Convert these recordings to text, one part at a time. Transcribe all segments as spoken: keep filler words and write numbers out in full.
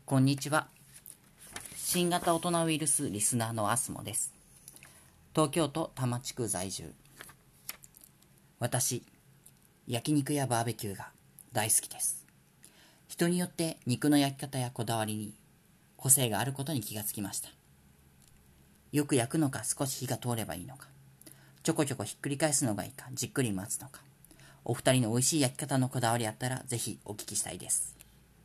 こんにちは。新型大人ウイルスリスナーのアスモです。東京都多摩地区在住。私、焼肉やバーベキューが大好きです。人によって肉の焼き方やこだわりに個性があることに気がつきました。よく焼くのか少し火が通ればいいのか、ちょこちょこひっくり返すのがいいか、じっくり待つのか、お二人の美味しい焼き方のこだわりあったらぜひお聞きしたいです。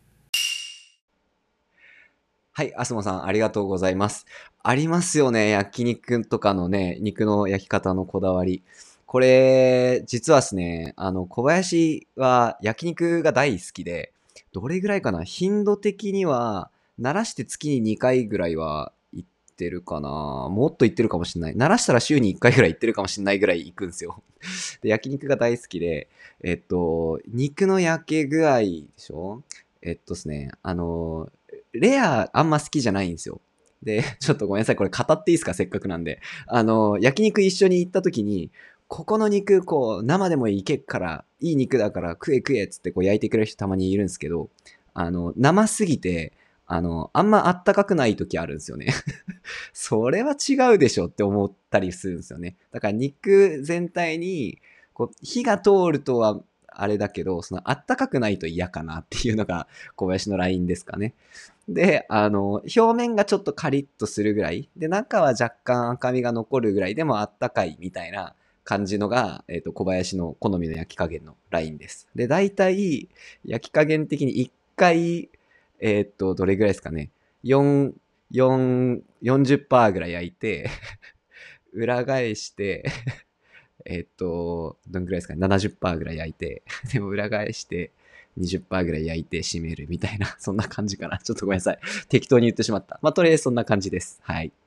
はい、アスモさん、ありがとうございます。ありますよね、焼肉とかのね、肉の焼き方のこだわり。これ、実はですね、あの、小林は焼肉が大好きで、どれぐらいかな、頻度的には、慣らして月ににかいぐらいは行ってるかな。もっと行ってるかもしれない。慣らしたら週にいっかいぐらい行ってるかもしれないぐらい行くんですよ。で、焼肉が大好きで、えっと、肉の焼け具合でしょ。えっとですね、あの、レアあんま好きじゃないんですよ。で、ちょっとごめんなさい。これ語っていいですか、せっかくなんで。あの、焼肉一緒に行った時に、ここの肉、こう、生でもいけっから、いい肉だから食え食えっつってこう焼いてくれる人たまにいるんですけど、あの、生すぎて、あの、あんまあったかくない時あるんですよね。それは違うでしょって思ったりするんですよね。だから肉全体に、こう、火が通るとは、あれだけど、そのあったかくないと嫌かなっていうのが小林のラインですかね。で、あの、表面がちょっとカリッとするぐらい、で、中は若干赤みが残るぐらいでもあったかいみたいな感じのが、えっと、小林の好みの焼き加減のラインです。で、大体、焼き加減的にいっかい、えっと、どれぐらいですかね。よん、よん、よんじゅっパーセントぐらい焼いて、裏返してえっと、どんぐらいですかね、ななじゅっパーセントぐらい焼いて、でも裏返して、にじゅっパーセントぐらい焼いて締めるみたいな、そんな感じかな。ちょっとごめんなさい。適当に言ってしまった。まあ、とりあえずそんな感じです。はい。